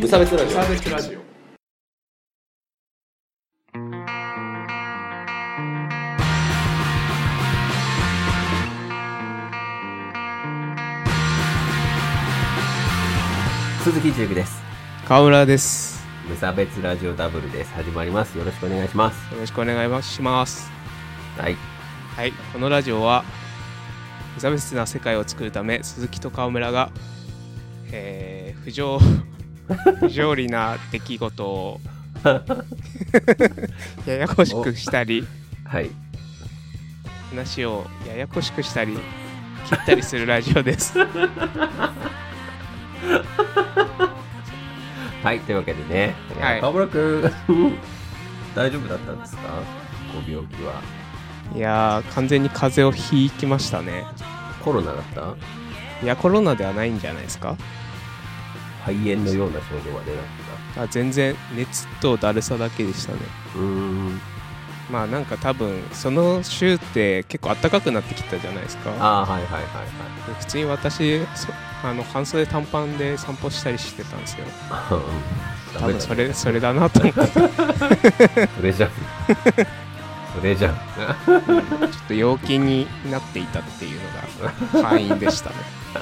無差別ラジオ。 無差別ラジオ。 鈴木千幸です。 川村です。 無差別ラジオダブルです。始まります。よろしくお願いします。 よろしくお願いします。 はい。 はい、このラジオは無差別な世界を作るため、鈴木と川村が、不条理な出来事をややこしくしたり、 はい、 話をややこしくしたり切ったりするラジオですはい、というわけでね、 はい、 川村くん大丈夫だったんですか？ご病気は。 いやー、完全に風邪をひきましたね。 コロナだった？ いや、コロナではないんじゃないですか。 肺炎のような症状は出なかった？ 全然熱とだるさだけでしたね。まあなんか多分その週って結構暖かくなってきたじゃないですか。 はいはいはいはい。 普通に私半袖短パンで散歩したりしてたんですよ多分それだなと思ってそれじゃんちょっと陽気になっていたっていうのが敗因でしたね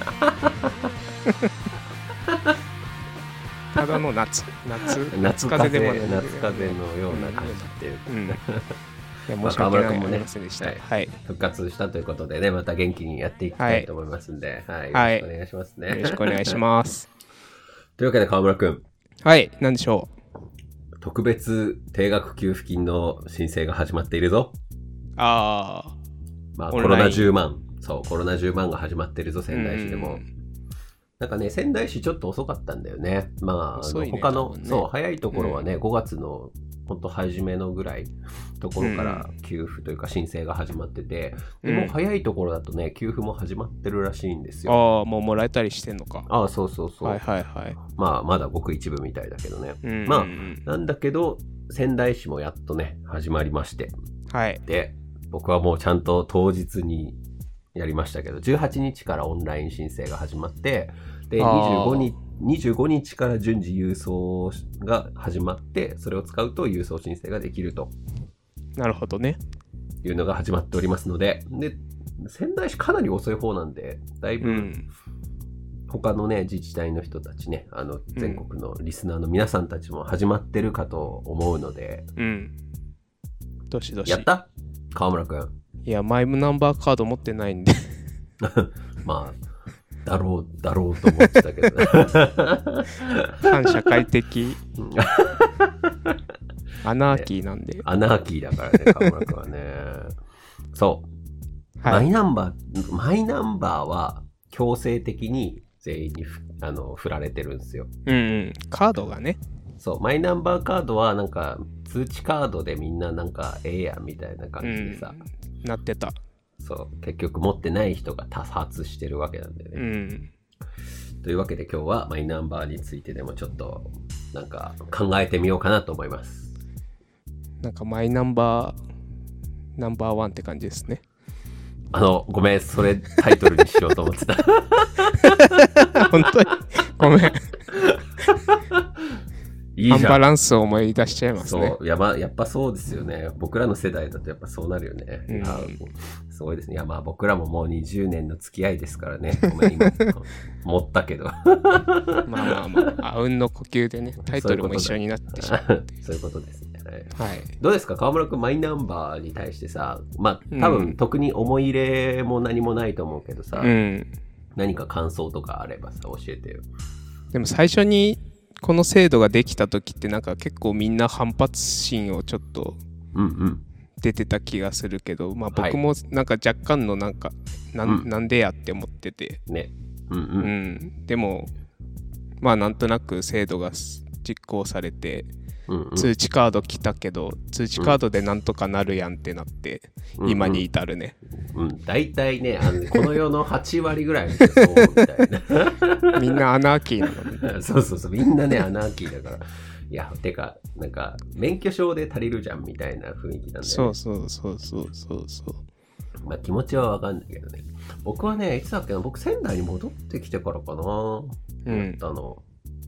ただの夏風でもない、 夏風のような感じっていう、 いや申し訳ありませんでした。はい、 復活したということでね、また元気にやっていきたいと思いますんで、はい、よろしくお願いしますね。 よろしくお願いします。 というわけで川村くん、 はい、何でしょう。特別定額給付金の申請が始まっているぞ。まあコロナ10万が始まっているぞ、仙台市でも。なんかね、仙台市ちょっと遅かったんだよね。まあ、他の、早いところはね、5月のほんと初めのぐらいところから給付というか申請が始まってて、でも早いところだとね、給付も始まってるらしいんですよ。 もうもらえたりしてんのか。 そう。 はいはいはい。 まあ、まだごく一部みたいだけどね。まあ、なんだけど、仙台市もやっとね、始まりまして。 はい。 で、僕はもうちゃんと当日にやりましたけど、18日からオンライン申請が始まって、で、25日から順次郵送が始まって、それを使うと郵送申請ができると。 なるほどね。 いうのが始まっておりますので、で、仙台市かなり遅い方なんで、だいぶ、他のね、自治体の人たちね、全国のリスナーの皆さんたちも始まってるかと思うので、 どしどし。 やった？川村くん。 いや、マイナンバーカード持ってないんで。 まあ、だろうと思ってたけどね。 反社会的アナーキーなんで。 アナーキーだからね、川村くんはね。そう。はい、マイナンバーは強制的に全員に振られてるんですよ。 カードがね。 そう、マイナンバーカードはなんか通知カードでみんななんかやみたいな感じでさ。 なってた。 そう、結局持ってない人が多発してるわけなんだよね。というわけで今日はマイナンバーについてでもちょっとなんか考えてみようかなと思います。 なんかマイナンバーワンって感じですね。 ごめん、それタイトルにしようと思ってた。 本当にごめん。 いいじゃん。 アンバランスを思い出しちゃいますね。 そう、やっぱそうですよね。僕らの世代だとやっぱそうなるよね。すごいですね。いや、まあ僕らももう20年の付き合いですからね。ごめん、今思ったけど。 まあ、あうんの呼吸でね、タイトルも一緒になってしまう。 そういうことですね。 はい。 どうですか、川村くん、マイナンバーに対してさ、まあ多分特に思い入れも何もないと思うけどさ、何か感想とかあればさ、教えてよ。 でも最初にこの制度ができた時ってなんか結構みんな反発心をちょっと出てた気がするけど、まあ僕もなんか若干のなんかなんでやって思っててね、 でもまあなんとなく制度が実行されて、通知カード来たけど通知カードでなんとかなるやんってなって、今に至るね。 大体ね、この世の8割ぐらいの人そうみたいな。 みんなアナーキーなのね。 そう、みんなね、アナーキーだから。いや、てか、なんか、免許証で足りるじゃんみたいな雰囲気なんだよね。 そう。 まあ気持ちはわかんないけどね。僕はね、いつだっけな、僕仙台に戻ってきてからかな。思ったの。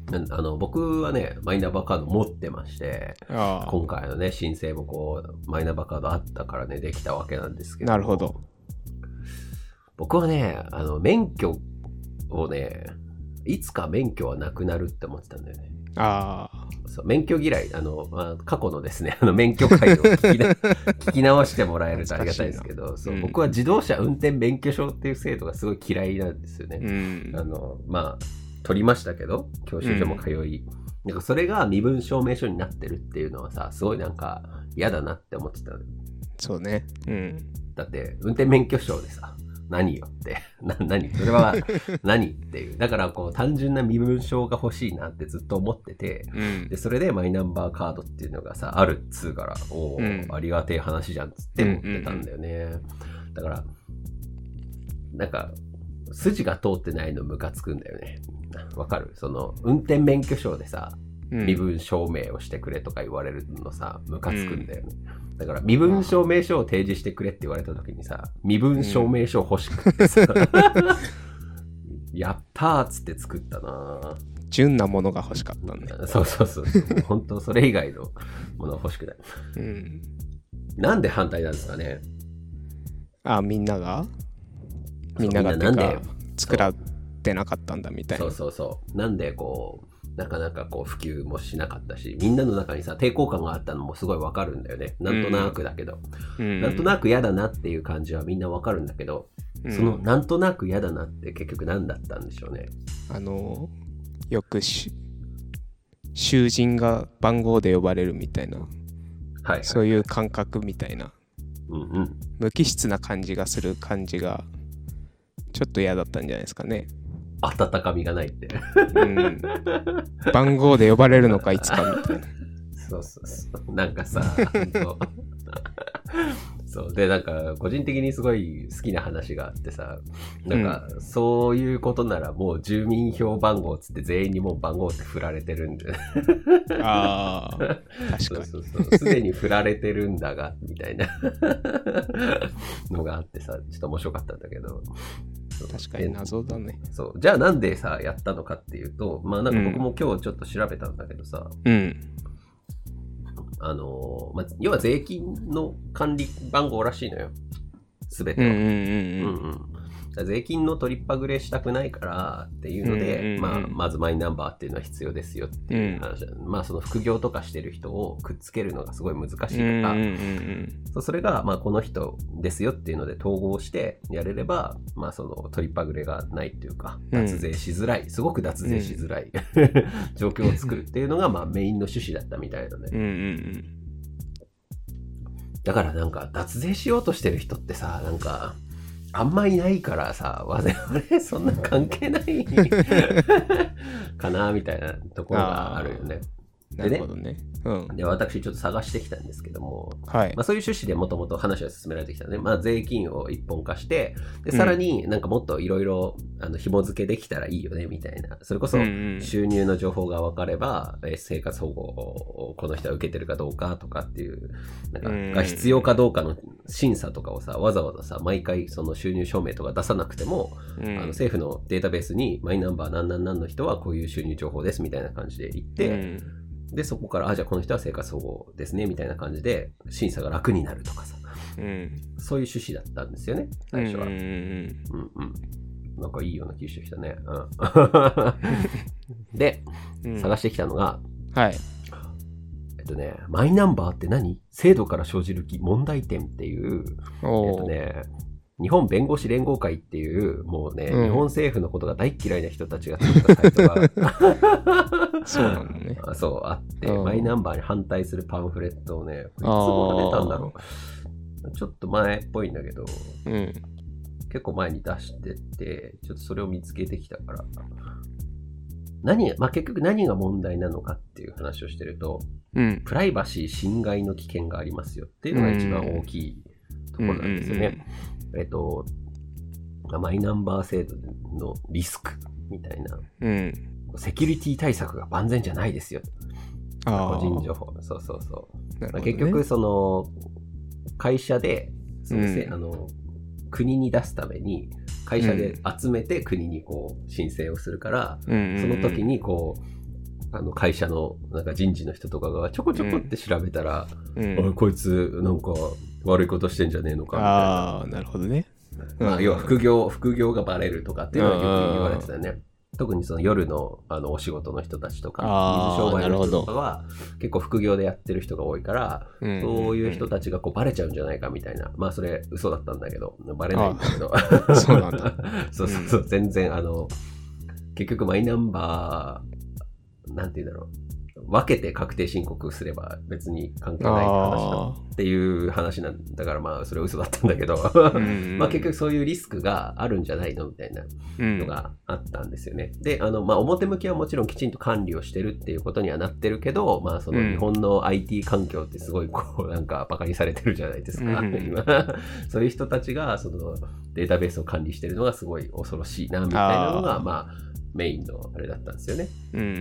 僕はね、マイナンバーカード持ってまして、今回のね、申請もこう、マイナンバーカードあったからね、できたわけなんですけど。 なるほど。 僕はね、免許をね、いつか免許はなくなるって思ってたんだよね。そう、免許嫌い、過去のですね、免許会を聞き直してもらえるとありがたいですけど、そう、僕は自動車運転免許証っていう制度がすごい嫌いなんですよね。取りましたけど、教習所も通い、なんかそれが身分証明書になってるっていうのはさ、すごいなんか嫌だなって思ってたの。 そうね。 だって、運転免許証でさ、何よって。何それは何っていう。だからこう単純な身分証が欲しいなってずっと思ってて、で、それでマイナンバーカードっていうのがさ、あるっつうから、ありがてえ話じゃんっつって思ってたんだよね。だから、なんか、筋が通ってないのムカつくんだよね。わかる？その、運転免許証でさ、身分証明をしてくれとか言われるのさ、ムカつくんだよね。だから、身分証明書を提示してくれって言われた時にさ、身分証明書欲しくてさ、やったーっつって作ったな。 純なものが欲しかったんだ。 そう。本当それ以外のものは欲しくない。なんで反対なんですかね。 みんながなんで作られなかったんだみたいな。 そう。なんでこう、なかなかこう普及もしなかったし、みんなの中にさ、抵抗感があったのもすごいわかるんだよね。なんとなくだけど。なんとなく嫌だなっていう感じはみんなわかるんだけど、そのなんとなく嫌だなって結局何だったんでしょうね。 よく囚人が番号で呼ばれるみたいな、そういう感覚みたいな、無機質な感じがする感じがちょっと嫌だったんじゃないですかね。 温かみがないって、 番号で呼ばれるのかいつかみたいな。 そうなんかさそうで、なんか個人的にすごい好きな話があってさ、なんかそういうことならもう住民票番号つって全員にもう番号って振られてるんで確かにすでに振られてるんだがみたいなのがあってさ、ちょっと面白かったんだけど、 確かに謎だね。 そう、じゃあなんでさやったのかっていうと、まあなんか僕も今日ちょっと調べたんだけどさ、要は税金の管理番号らしいのよ、すべては。税金の取りっぱぐれしたくないからっていうので、まずマイナンバーっていうのは必要ですよっていう話。その副業とかしてる人をくっつけるのがすごい難しいから、それがこの人ですよっていうので統合してやれれば、その取りっぱぐれがないっていうか、脱税しづらい、すごく脱税しづらい状況を作るっていうのがメインの趣旨だったみたいなね。だからなんか脱税しようとしてる人ってさ、なんかあんまいないからさ、我々そんな関係ないかなみたいなところがあるよね。 なるほどね。 で、私ちょっと探してきたんですけども、そういう趣旨でもともと話は進められてきたね。税金を一本化して、で、さらになんかもっといろいろ紐付けできたらいいよねみたいな。それこそ収入の情報が分かれば、生活保護をこの人は受けてるかどうかとかっていう、なんかが必要かどうかの審査とかをさ、わざわざさ、毎回その収入証明とか出さなくても、政府のデータベースにマイナンバー何々何の人はこういう収入情報ですみたいな感じで言って、で、そこから、じゃあこの人は生活保護ですね、みたいな感じで、審査が楽になるとかさ。そういう趣旨だったんですよね、最初は。なんかいいような気してきたね。で、探してきたのが、マイナンバーって何？制度から生じる問題点っていう、日本弁護士連合会っていう、もうね、日本政府のことが大嫌いな人たちが作ったサイトがそうなのね。 あって、マイナンバーに反対するパンフレットをね、いつも出たんだろう。ちょっと前っぽいんだけど、結構前に出してて、ちょっとそれを見つけてきたから、結局何が問題なのかっていう話をしてると、プライバシー侵害の危険がありますよっていうのが一番大きいところなんですよね。マイナンバー制度のリスクみたいな、セキュリティ対策が万全じゃないですよ。個人情報。結局、その、会社で、国に出すために、会社で集めて国にこう申請をするから、その時にこう、 会社のなんか人事の人とかがちょこちょこって調べたら、こいつなんか悪いことしてんじゃねえのかみたいな。 ああ、なるほどね。 要は副業がバレるとかっていうのはよく言われてたよね。特にその夜のお仕事の人たちとか、水商売の人とかは結構副業でやってる人が多いから、そういう人たちがこうバレちゃうんじゃないかみたいな。まあそれ嘘だったんだけど、バレないんだけど。 そうなんだ。 そうそうそう、全然結局マイナンバー、なんて言うんだろう。分けて確定申告すれば別に関係ない話だっていう話なんだから、まあそれは嘘だったんだけど、まあ結局そういうリスクがあるんじゃないのみたいなのがあったんですよね。で、まあ表向きはもちろんきちんと管理をしてるっていうことにはなってるけど、まあその日本の IT 環境ってすごいこうなんかバカにされてるじゃないですか。今そういう人たちがそのデータベースを管理してるのがすごい恐ろしいなみたいなのがまあメインのあれだったんですよね。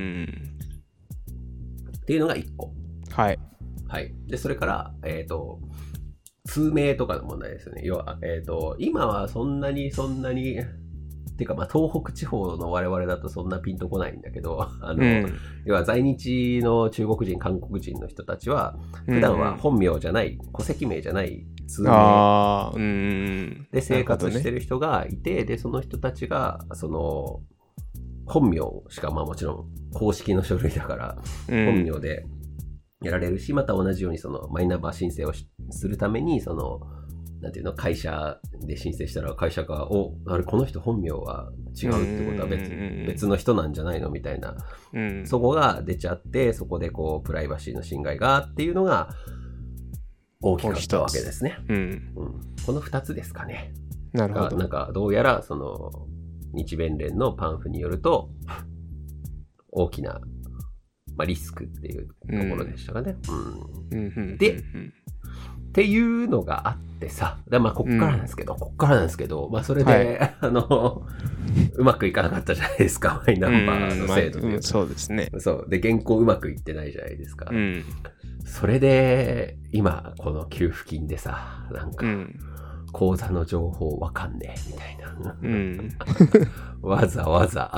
っていうのが1個。 はい。 はい。で、それから、通名とかの問題ですね。要は、今はそんなに、っていうか、まあ、東北地方の我々だとそんなピンとこないんだけど、要は在日の中国人、韓国人の人たちは、普段は本名じゃない、戸籍名じゃない通名で生活してる人がいて、で、その人たちが、本名しかまあもちろん公式の書類だから本名でやられるし、また同じようにそのマイナンバー申請をするためになんていうの会社で申請したら会社があれこの人本名は違うってことは別の人なんじゃないのみたいな、そこが出ちゃってそこでこうプライバシーの侵害がっていうのが大きかったわけですね。この2つですかね。 なるほど。 なんかどうやら日弁連のパンフによると大きな、まあ、リスクっていうところでしたかね。で、っていうのがあってさ、まあこっからなんですけど、まあそれで、うまくいかなかったじゃないですか、マイナンバーの制度で。 そうですね。 そう。で、現行うまくいってないじゃないですか。それで、今、この給付金でさ、なんか、口座の情報わかんねえみたいな、わざわざ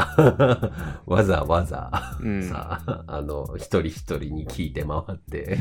さ一人一人に聞いて回って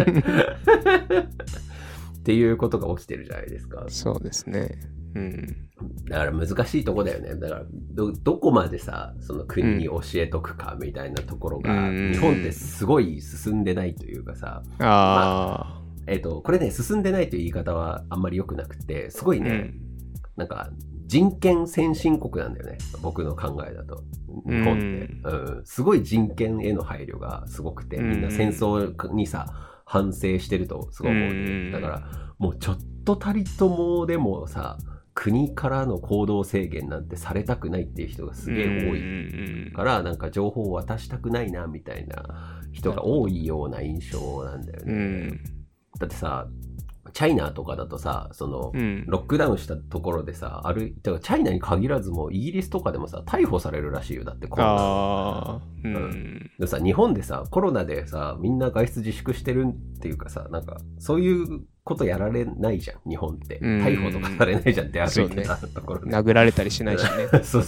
っていうことが起きてるじゃないですか。 そうですね。 だから難しいとこだよね。だからどこまでさその国に教えとくかみたいなところが、日本ってすごい進んでないというかさ、これね、進んでないという言い方はあんまり良くなくて、すごいね、なんか人権先進国なんだよね、僕の考えだと。日本って、すごい人権への配慮がすごくて、みんな戦争にさ、反省してるとすごい思う。だから、もうちょっとたりともでもさ、国からの行動制限なんてされたくないっていう人がすげえ多いから、なんか情報を渡したくないなみたいな人が多いような印象なんだよね。だってさ、チャイナとかだとさ、ロックダウンしたところでさ、だからチャイナに限らずもイギリスとかでもさ、逮捕されるらしいよ。だってコロナ。でさ、日本でさ、コロナでさ、みんな外出自粛してるっていうかさ、なんか、そういうことやられないじゃん、日本って。逮捕とかされないじゃんって歩いてたところで。 殴られたりしないしね。 そう。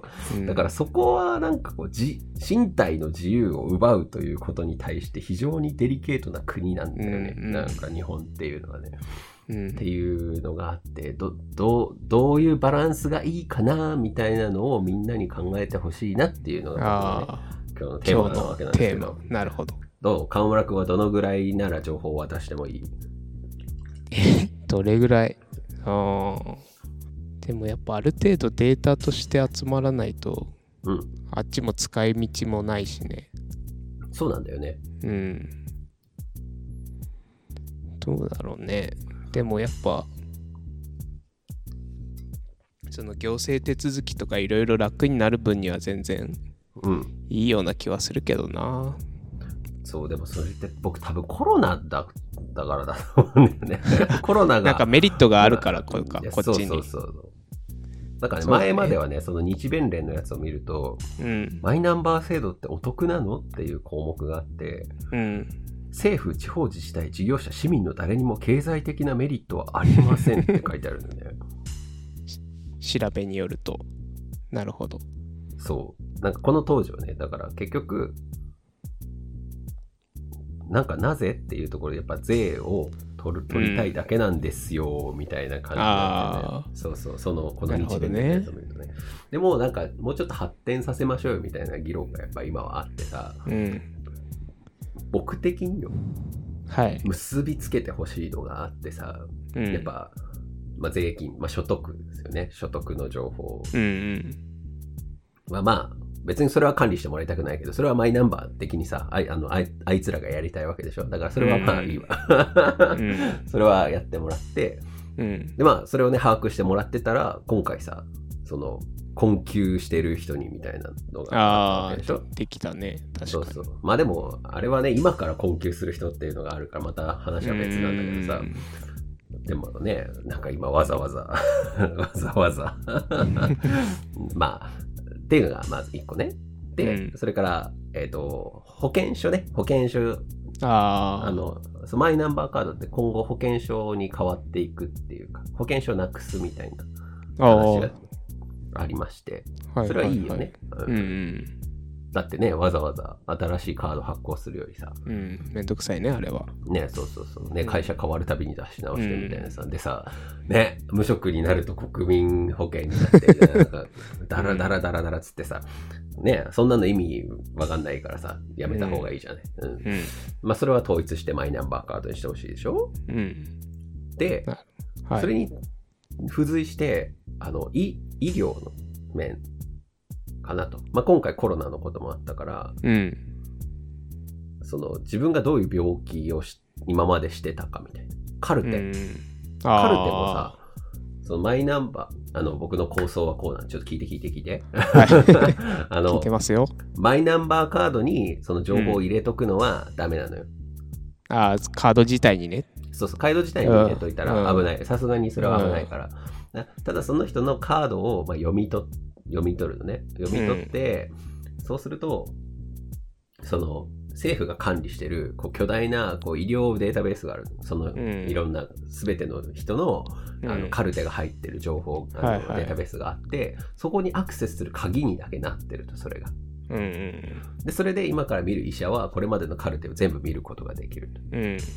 だからそこはなんかこう、身体の自由を奪うということに対して非常にデリケートな国なんだよね。なんか日本っていうのはね。っていうのがあって、どういうバランスがいいかなみたいなのをみんなに考えてほしいなっていうのが、今日のテーマなわけなんですけど。 なるほど。 河村君はどのぐらいなら情報を渡してもいい？ どれぐらい？でもやっぱある程度データとして集まらないと、あっちも使い道もないしね。 そうなんだよね。 どうだろうね。でもやっぱその行政手続きとかいろいろ楽になる分には全然いいような気はするけどな。 そう、でもそれって僕多分コロナだからだと思うんだよね。コロナがなんかメリットがあるからこっちに。 そう。だからね、前まではね、その日弁連のやつを見ると、マイナンバー制度ってお得なのっていう項目があって、政府、地方自治体、事業者、市民の誰にも経済的なメリットはありませんって書いてあるんだよね。 調べによると。なるほど。 そう。なんかこの当時はね、だから結局、 なんかなぜっていうところでやっぱ税を取りたいだけなんですよ、みたいな感じなんでね。そうそう、この日弁でとね。でもなんかもうちょっと発展させましょうよみたいな議論がやっぱ今はあってさ、僕的によ、結びつけてほしいのがあってさ、やっぱ、税金、所得ですよね。所得の情報。別にそれは管理してもらいたくないけど、それはマイナンバー的にさ、あいつらがやりたいわけでしょ。だからそれはまあいいわ。それはやってもらって、でそれをね、把握してもらってたら、今回さ、困窮してる人にみたいなのがあったわけでしょ。 できたね。確かに。 そう。でも、あれはね、今から困窮する人っていうのがあるから、また話は別なんだけどさ、でもね、なんか今わざわざっていうのがまず1個ね。で、それから、保険証ね。マイナンバーカードって今後保険証に変わっていくっていうか、保険証なくすみたいな話がありまして、それはいいよね。だってね、わざわざ新しいカード発行するよりさ。 めんどくさいね、あれは。ね、 そう。ね、会社変わるたびに出し直してみたいなさ。でさ、ね、無職になると国民保険になって、なんか、ダラつってさ、ね、そんなの意味わかんないからさ、やめた方がいいじゃんね。それは統一してマイナンバーカードにしてほしいでしょ。で、それに付随して、医療の面、かなと。今回コロナのこともあったから、自分がどういう病気を今までしてたかみたいな。カルテもさ、マイナンバー、僕の構想はこうなんで、ちょっと聞いて。 聞いてますよ。 マイナンバーカードにその情報を入れとくのはダメなのよ。 カード自体にね。 そう、カード自体に入れといたら危ない。さすがにそれは危ないから。ただその人のカードを読み取るのね。読み取って、そうすると、政府が管理してる巨大な医療データベースがある。いろんな全ての人の、カルテが入ってる情報、データベースがあって、そこにアクセスする鍵にだけなってると、それが。で、それで今から見る医者は、これまでのカルテを全部見ることができると。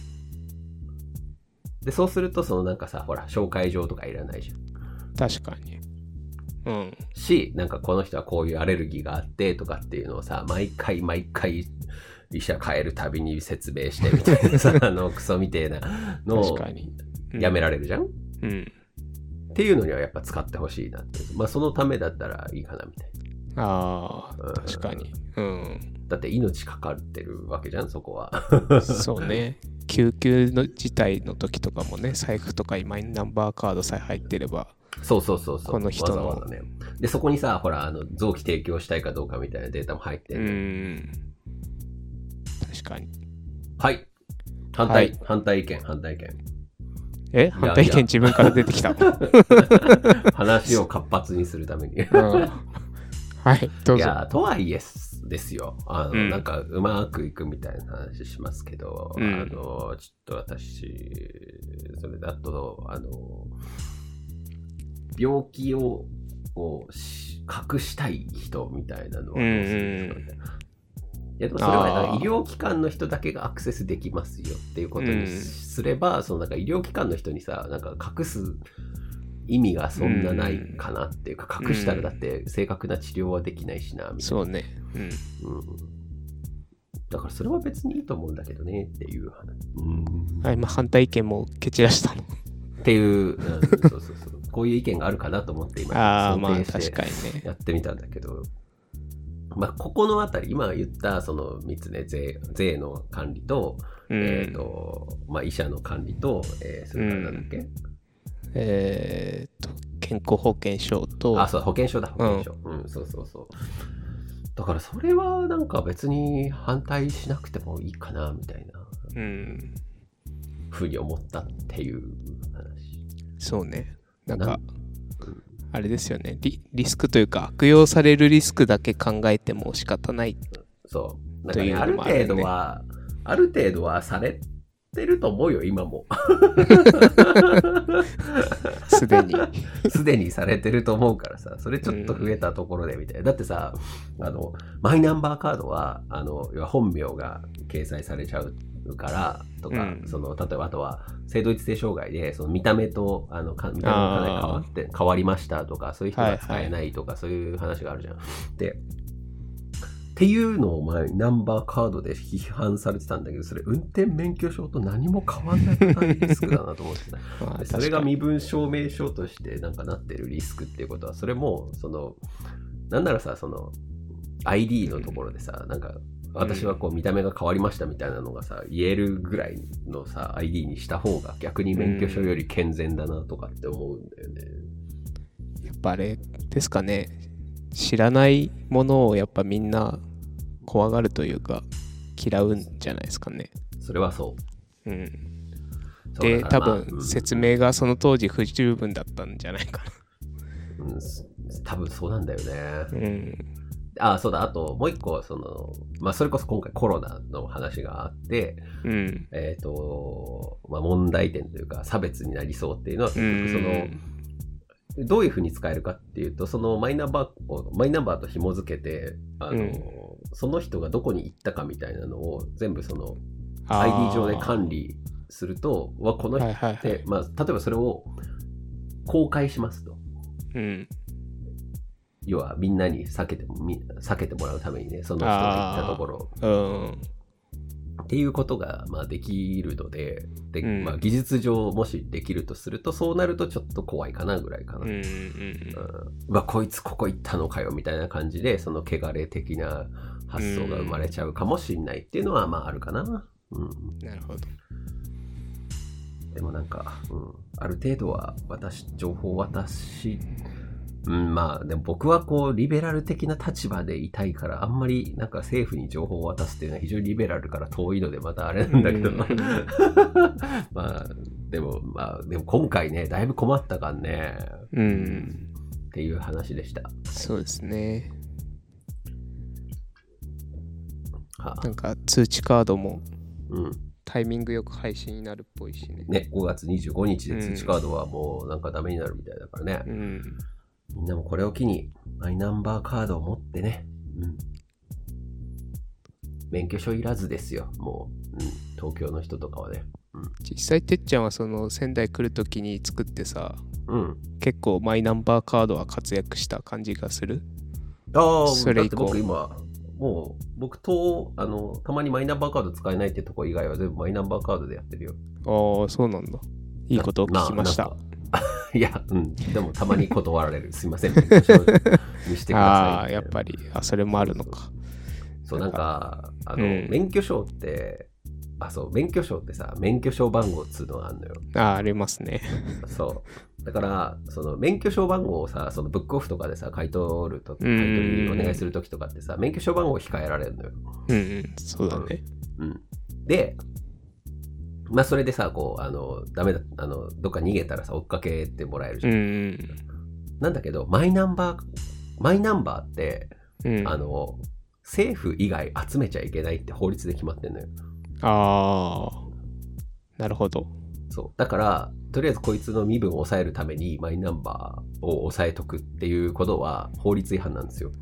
で、そうすると、なんかさ、ほら、紹介状とかいらないじゃん。 確かに。 なんかこの人はこういうアレルギーがあってとかっていうのをさ、毎回医者変えるたびに説明してみたいなさ、クソみたいなのをやめられるじゃん。っていうのにはやっぱ使ってほしいなって。そのためだったらいいかなみたいな。確かに。 だって命かかってるわけじゃん、そこは。 そうね。救急の事態の時とかもね、財布とかマイナンバーカードさえ入ってれば。 そう。 この人の。 わざわざね。で、そこにさ、ほら、臓器提供したいかどうかみたいなデータも入ってる。 確かに。 はい。反対意見。 反対意見自分から出てきた。 話を活発にするために。 はい、どうぞ。 いや、とはいえですよ。なんか、うまくいくみたいな話しますけど、ちょっと私、それだと、病気を隠したい人みたいなのはどうするんですかみたいな。いやでもそれは医療機関の人だけがアクセスできますよっていうことにすれば、なんか医療機関の人にさ、なんか隠す意味がそんなないかなっていうか、隠したらだって正確な治療はできないしなみたいな。 そうね。 だからそれは別にいいと思うんだけどねっていう話。反対意見も蹴散らしたの。 っていう、そう。こういう意見があるかなと思って今想定してやってみたんだけど、ここのあたり今言ったその3つね、税の管理と、医者の管理と、それからなんだっけ、 健康保険証と、 そう、保険証だ、保険証。そう。だからそれはなんか別に反対しなくてもいいかなみたいなふうに思ったっていう話。 そうね。なんかあれですよね。リスクというか悪用されるリスクだけ考えても仕方ない。 そう。なんかね、ある程度はされてると思うよ今も。 すでにされてると思うからさ、それちょっと増えたところでみたいな。だってさ、マイナンバーカードは要は本名が掲載されちゃうるからとか、例えばあとは性同一性障害でその見た目と見た目がかなり変わりましたとか、そういう人が使えないとか、そういう話があるじゃん。でっていうのを前ナンバーカードで批判されてたんだけど、それ運転免許証と何も変わんないリスクだなと思ってた。それが身分証明書としてなってるリスクっていうことは、それもなんならさ、ID のところでさ、私は見た目が変わりましたみたいなのがさ、言えるぐらいのさ ID にした方が逆に免許証より健全だなとかって思うんだよね。 やっぱあれですかね、知らないものをやっぱみんな怖がるというか嫌うんじゃないですかね。 それはそう。 で、多分説明がその当時不十分だったんじゃないかな。 多分そうなんだよね。そうだ、あともう一個それこそ今回コロナの話があって、問題点というか差別になりそうっていうのは結局どういうふうに使えるかっていうと、そのマイナンバーと紐付けてその人がどこに行ったかみたいなのを全部ID 上で管理すると、この人って、例えばそれを公開しますと。要はみんなに避けてもらうためにね、その人が行ったところっていうことができるので、技術上もしできるとすると、そうなるとちょっと怖いかなぐらいかな。こいつここ行ったのかよみたいな感じで、その汚れ的な発想が生まれちゃうかもしれないっていうのはあるかな。なるほど。 でもある程度は情報を渡し、でも僕はリベラル的な立場でいたいから、あんまり政府に情報を渡すっていうのは非常にリベラルから遠いのでまたあれなんだけどでも今回ね、だいぶ困ったからね、っていう話でした。 そうですね。通知カードもタイミングよく配信になるっぽいしね。 5月25日で通知カードはもうダメになるみたいだからね。みんなもこれを機にマイナンバーカードを持ってね、免許証いらずですよ、もう、東京の人とかはね。 実際てっちゃんは仙台来るときに作ってさ、結構マイナンバーカードは活躍した感じがする。 それ以降だって僕今もうたまにマイナンバーカード使えないってとこ以外は全部マイナンバーカードでやってるよ。 そうなんだ。いいことを聞きました。 いや、でもたまに断られる。すいません、見してください。 やっぱり、それもあるのか。 免許証って、免許証ってさ、免許証番号っつうのがあるのよ。 ありますね。 そう。だから、免許証番号をさ、ブックオフとかでさ、買い取りお願いするときとかってさ、免許証番号を控えられるのよ。 そうだね。 で、それでさ、ダメだ、どっか逃げたらさ、追っかけてもらえるじゃん。なんだけど、マイナンバーって、政府以外集めちゃいけないって法律で決まってんのよ。 なるほど。 そう。だから、とりあえずこいつの身分を抑えるためにマイナンバーを抑えとくっていうことは法律違反なんですよ。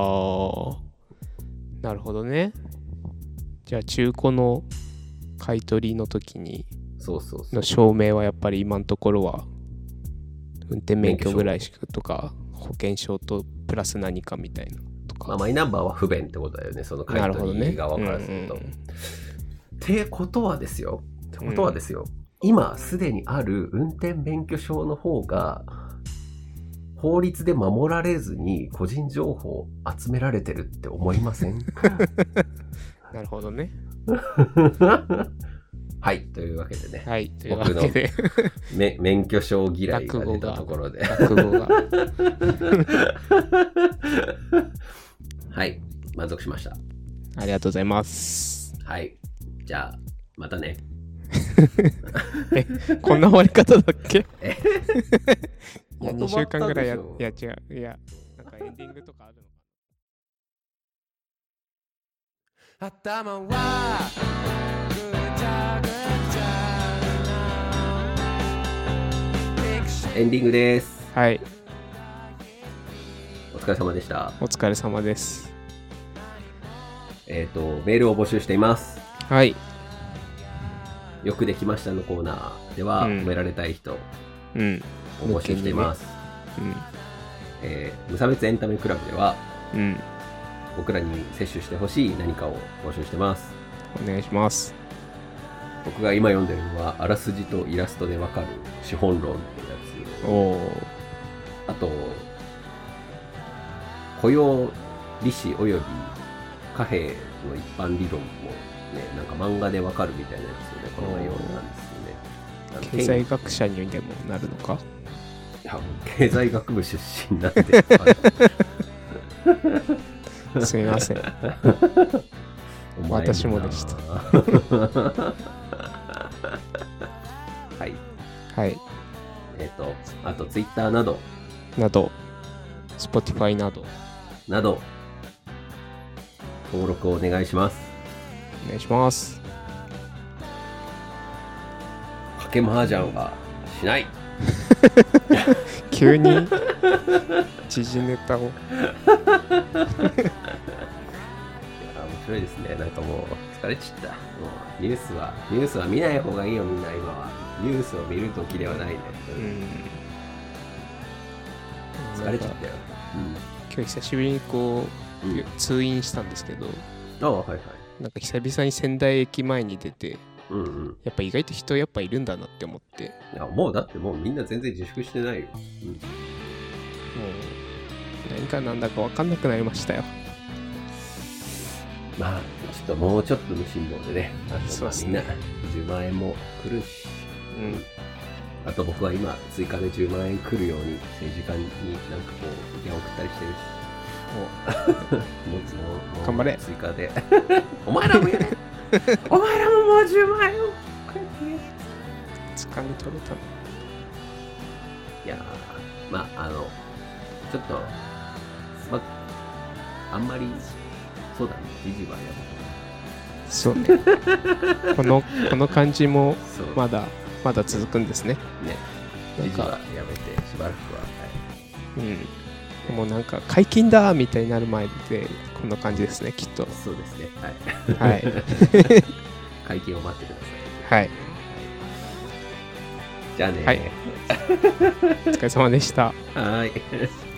なるほどね。じゃあ中古の買い取りの時にの証明はやっぱり今のところは運転免許ぐらいしかとか保険証とプラス何かみたいなとか、 マイナンバーは不便ってことだよね、その買い取り側からすると。ってことはですよ、今すでにある運転免許証の方が法律で守られずに個人情報集められてるって思いません？ なるほどね。 はい、というわけでね、 僕の免許証嫌いが出たところではい、満足しました。 ありがとうございます。 はい、じゃあまたね。 こんな終わり方だっけ？いや、2週間ぐらい違う。いや、なんかエンディングとかあるのか。頭はエンディングです。 はい。 お疲れ様でした。 お疲れ様です。 メールを募集しています。 はい。 よくできましたのコーナーでは、褒められたい人を募集しています。無差別エンタメクラブでは、僕らに摂取してほしい何かを募集してます。 お願いします。 僕が今読んでるのは、あらすじとイラストでわかる資本論っていうやつ。あと、雇用利子および貨幣の一般理論もね、なんか漫画でわかるみたいなやつをね、この前読んだんですよね。 経済学者にでもなるのか？ いや、経済学部出身なんで。 すみません。私もでした。 はい。 はい。 あと Twitter など、 Spotify など、 登録をお願いします。 お願いします。 賭け麻雀はしない。 急に時事ネタを。 面白いですね。なんかもう疲れちゃった。もうニュースは見ない方がいいよ、みんな今は。ニュースを見るときではないね。疲れちゃったよ。 今日久しぶりにこう、通院したんですけど、なんか久々に仙台駅前に出て、やっぱ意外と人やっぱいるんだなって思って。 いや、もうだってもうみんな全然自粛してないよ。もう何かなんだか分かんなくなりましたよ。 まあちょっともうちょっとの辛抱でね。そうですね。みんな10万円も来るし。あと僕は今追加で10万円来るように政治家になんかこう意見を送ったりしてるし。もう頑張れ。 追加で。お前らもやれ。お前らももう10万円を掴み取れたの。 いやー、まあちょっと、あんまりそうだね、時事はやそうね。この感じもまだ続くんですね。 ね。時事はやめてしばらくは。 でもなんか解禁だみたいになる前でこんな感じですね、きっと。 そうですね。 はい。 解禁を待ってください。 はい。 じゃあね。 はい。お疲れ様でした。 はい。